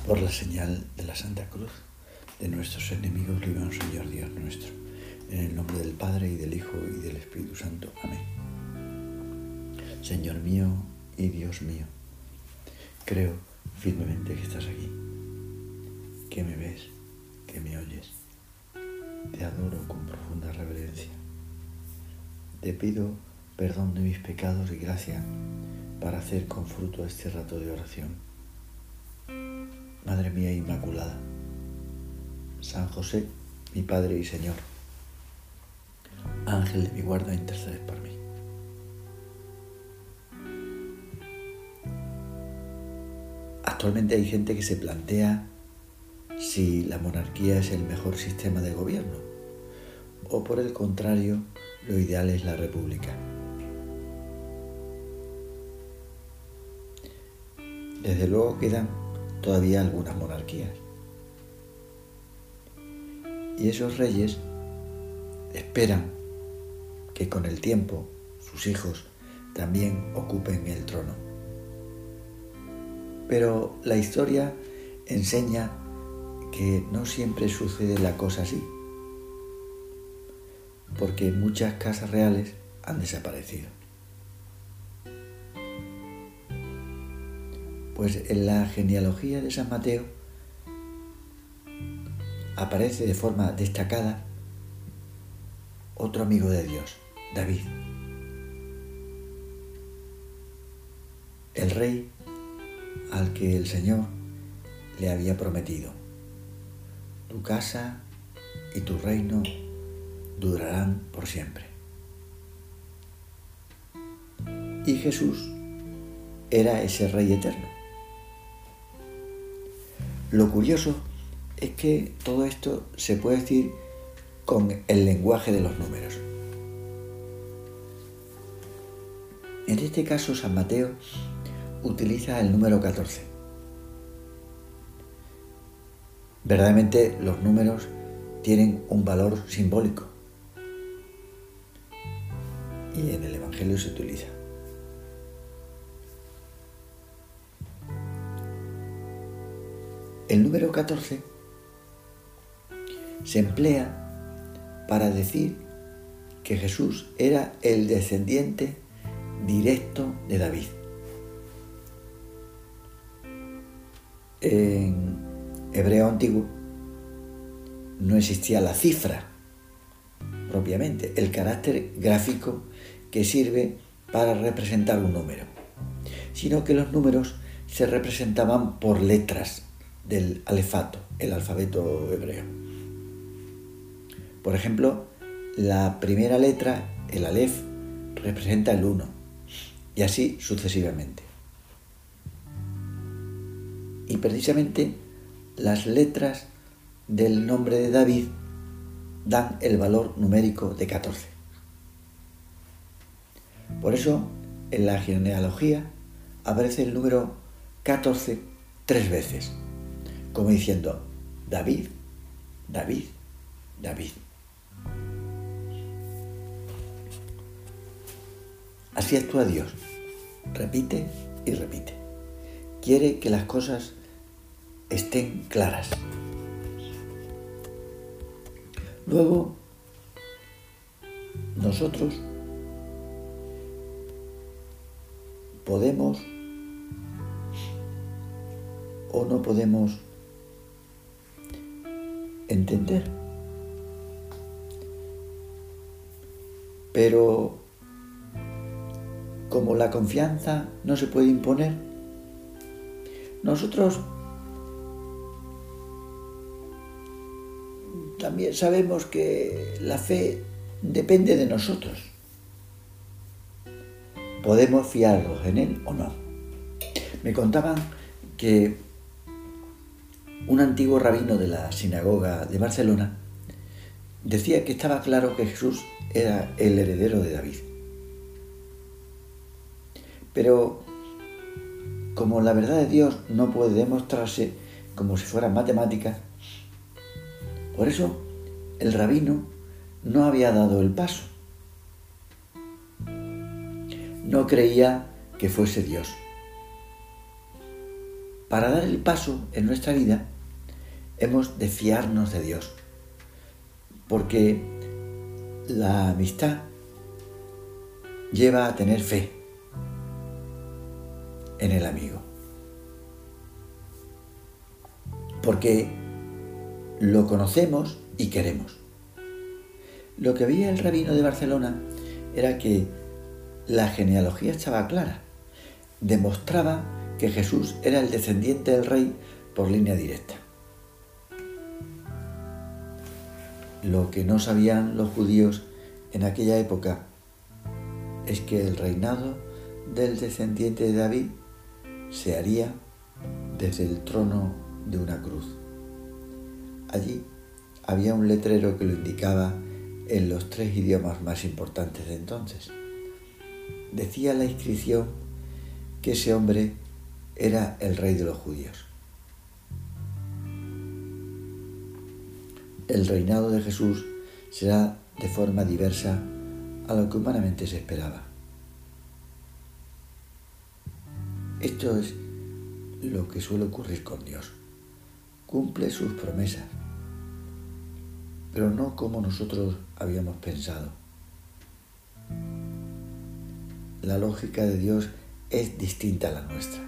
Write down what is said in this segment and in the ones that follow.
Por la señal de la Santa Cruz de nuestros enemigos, líbranos, Señor Dios nuestro. En el nombre del Padre, y del Hijo, y del Espíritu Santo. Amén. Señor mío y Dios mío, creo firmemente que estás aquí, que me ves, que me oyes. Te adoro con profunda reverencia. Te pido perdón de mis pecados y gracia para hacer con fruto este rato de oración. Madre mía Inmaculada, San José, mi Padre y Señor, Ángel de mi guarda, interceded por mí. Actualmente hay gente que se plantea si la monarquía es el mejor sistema de gobierno o, por el contrario, lo ideal es la república. Desde luego quedan todavía algunas monarquías. Y esos reyes esperan que con el tiempo sus hijos también ocupen el trono. Pero la historia enseña que no siempre sucede la cosa así, porque muchas casas reales han desaparecido. Pues en la genealogía de San Mateo aparece de forma destacada otro amigo de Dios, David, el rey al que el Señor le había prometido: tu casa y tu reino durarán por siempre. Y Jesús era ese rey eterno. Lo curioso es que todo esto se puede decir con el lenguaje de los números. En este caso, San Mateo utiliza el número 14. Verdaderamente los números tienen un valor simbólico y en el Evangelio se utiliza. El número 14 se emplea para decir que Jesús era el descendiente directo de David. En hebreo antiguo no existía la cifra propiamente, el carácter gráfico que sirve para representar un número, sino que los números se representaban por letras del alefato, el alfabeto hebreo. Por ejemplo, la primera letra, el alef, representa el 1, y así sucesivamente. Y precisamente las letras del nombre de David dan el valor numérico de 14. Por eso, en la genealogía aparece el número 14 3 veces, como diciendo: David, David, David. Así actúa Dios. Repite y repite. Quiere que las cosas estén claras. Luego, nosotros podemos o no podemos entender, pero como la confianza no se puede imponer, nosotros también sabemos que la fe depende de nosotros. ¿Podemos fiarnos en él o no? Me contaban que un antiguo rabino de la sinagoga de Barcelona decía que estaba claro que Jesús era el heredero de David. Pero como la verdad de Dios no puede demostrarse como si fueran matemáticas, por eso el rabino no había dado el paso. No creía que fuese Dios. Para dar el paso en nuestra vida, hemos de fiarnos de Dios, porque la amistad lleva a tener fe en el amigo, porque lo conocemos y queremos. Lo que veía el rabino de Barcelona era que la genealogía estaba clara, demostraba que Jesús era el descendiente del rey por línea directa. Lo que no sabían los judíos en aquella época es que el reinado del descendiente de David se haría desde el trono de una cruz. Allí había un letrero que lo indicaba en los 3 idiomas más importantes de entonces. Decía la inscripción que ese hombre era el rey de los judíos. El reinado de Jesús será de forma diversa a lo que humanamente se esperaba. Esto es lo que suele ocurrir con Dios. Cumple sus promesas, pero no como nosotros habíamos pensado. La lógica de Dios es distinta a la nuestra.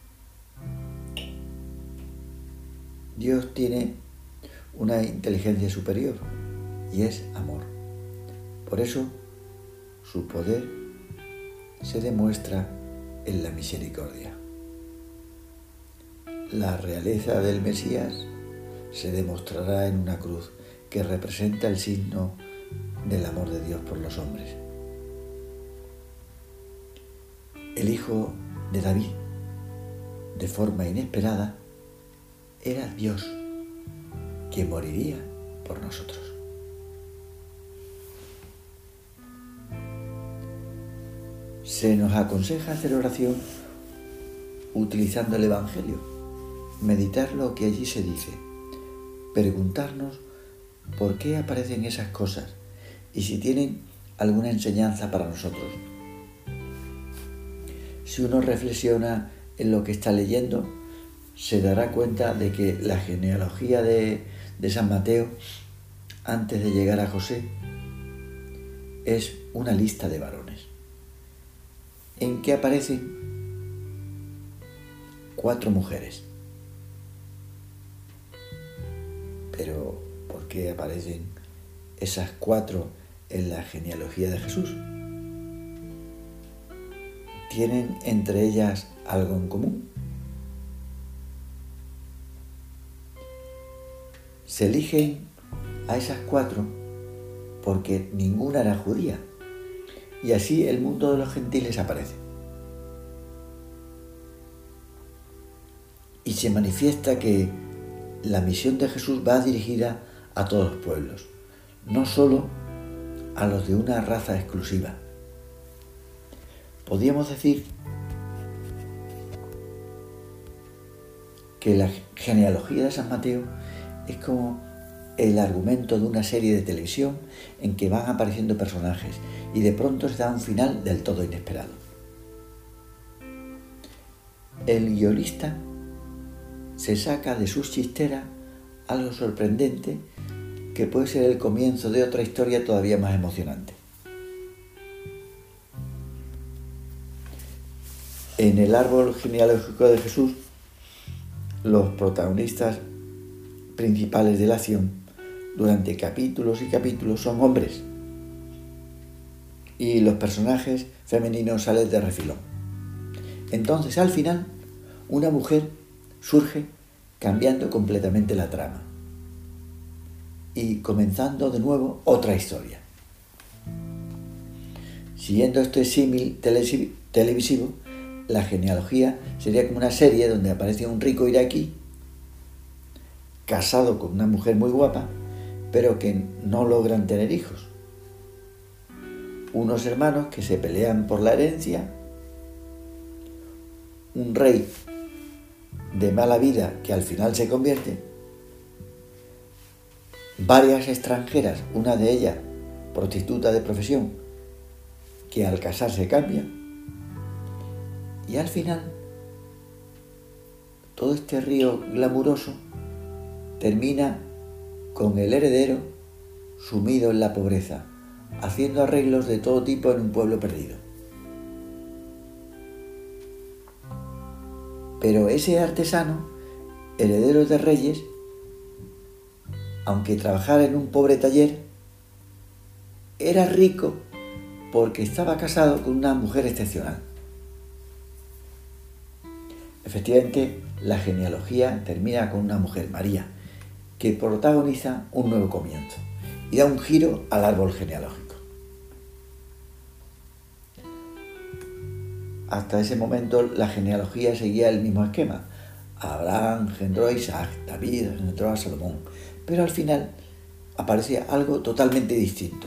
Dios tiene una inteligencia superior y es amor. Por eso, su poder se demuestra en la misericordia. La realeza del Mesías se demostrará en una cruz que representa el signo del amor de Dios por los hombres. El hijo de David, de forma inesperada, era Dios, que moriría por nosotros. Se nos aconseja hacer oración utilizando el Evangelio, meditar lo que allí se dice, preguntarnos por qué aparecen esas cosas y si tienen alguna enseñanza para nosotros. Si uno reflexiona en lo que está leyendo, se dará cuenta de que la genealogía de San Mateo, antes de llegar a José, es una lista de varones, en que aparecen 4 mujeres. Pero, ¿por qué aparecen esas 4 en la genealogía de Jesús? ¿Tienen entre ellas algo en común? Se eligen a esas 4 porque ninguna era judía, y así el mundo de los gentiles aparece. Y se manifiesta que la misión de Jesús va dirigida a todos los pueblos, no solo a los de una raza exclusiva. Podríamos decir que la genealogía de San Mateo es como el argumento de una serie de televisión en que van apareciendo personajes y de pronto se da un final del todo inesperado. El guionista se saca de sus chisteras algo sorprendente que puede ser el comienzo de otra historia todavía más emocionante. En el árbol genealógico de Jesús, los protagonistas principales de la acción durante capítulos y capítulos son hombres y los personajes femeninos salen de refilón. Entonces, al final, una mujer surge cambiando completamente la trama y comenzando de nuevo otra historia. Siguiendo este símil televisivo, la genealogía sería como una serie donde aparece un rico iraquí casado con una mujer muy guapa, pero que no logran tener hijos. Unos hermanos que se pelean por la herencia, un rey de mala vida que al final se convierte, varias extranjeras, una de ellas prostituta de profesión, que al casarse cambia, y al final todo este río glamuroso termina con el heredero sumido en la pobreza, haciendo arreglos de todo tipo en un pueblo perdido. Pero ese artesano, heredero de reyes, aunque trabajara en un pobre taller, era rico porque estaba casado con una mujer excepcional. Efectivamente, la genealogía termina con una mujer, María, que protagoniza un nuevo comienzo y da un giro al árbol genealógico. Hasta ese momento la genealogía seguía el mismo esquema. Abraham engendró a Isaac, David engendró a Salomón, pero al final aparece algo totalmente distinto.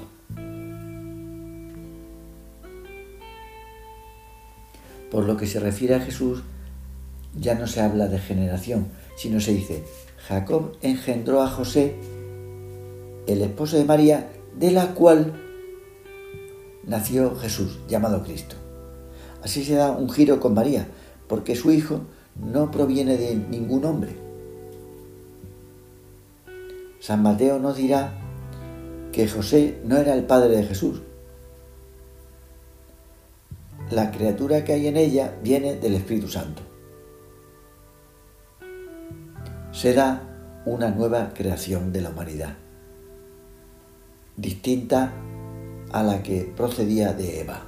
Por lo que se refiere a Jesús, ya no se habla de generación, sino se dice: Jacob engendró a José, el esposo de María, de la cual nació Jesús, llamado Cristo. Así se da un giro con María, porque su hijo no proviene de ningún hombre. San Mateo nos dirá que José no era el padre de Jesús. La criatura que hay en ella viene del Espíritu Santo. Se da una nueva creación de la humanidad, distinta a la que procedía de Eva.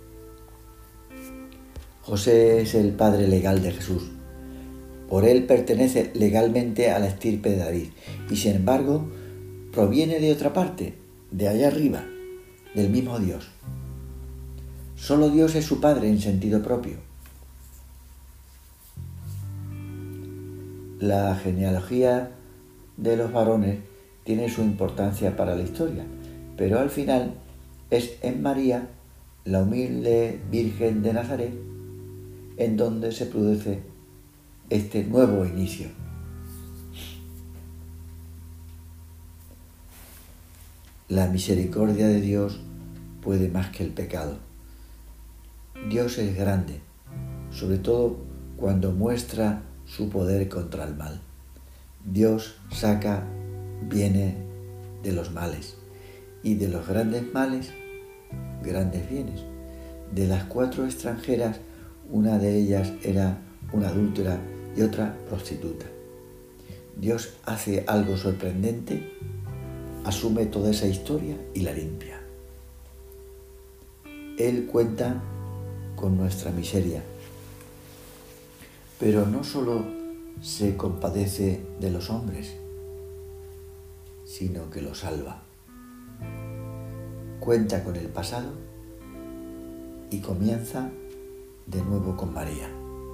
José es el padre legal de Jesús. Por él pertenece legalmente a la estirpe de David y sin embargo proviene de otra parte, de allá arriba, del mismo Dios. Solo Dios es su padre en sentido propio. La genealogía de los varones tiene su importancia para la historia, pero al final es en María, la humilde Virgen de Nazaret, en donde se produce este nuevo inicio. La misericordia de Dios puede más que el pecado. Dios es grande, sobre todo cuando muestra su poder contra el mal. Dios saca bienes de los males y de los grandes males, grandes bienes. De las 4 extranjeras, una de ellas era una adúltera y otra prostituta. Dios hace algo sorprendente, asume toda esa historia y la limpia. Él cuenta con nuestra miseria, pero no solo se compadece de los hombres, sino que los salva. Cuenta con el pasado y comienza de nuevo con María.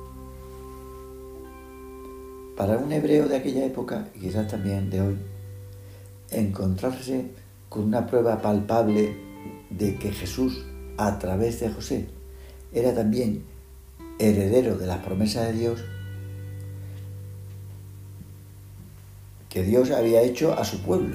Para un hebreo de aquella época, y quizás también de hoy, encontrarse con una prueba palpable de que Jesús, a través de José, era también heredero de las promesas de Dios que Dios había hecho a su pueblo.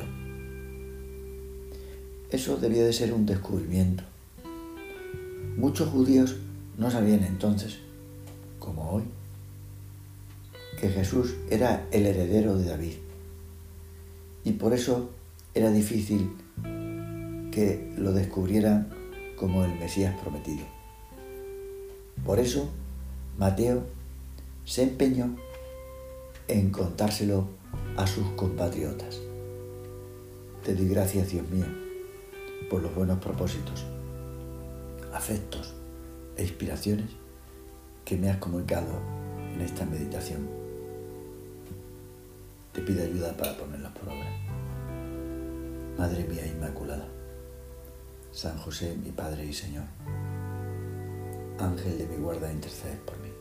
Eso debió de ser un descubrimiento. Muchos judíos no sabían entonces, como hoy, que Jesús era el heredero de David. Y por eso era difícil que lo descubrieran como el Mesías prometido. Por eso Mateo se empeñó en contárselo a sus compatriotas. Te doy gracias, Dios mío, por los buenos propósitos, afectos e inspiraciones que me has comunicado en esta meditación. Te pido ayuda para ponerlas por obra. Madre mía Inmaculada, San José, mi Padre y Señor, Ángel de mi guarda, intercede por mí.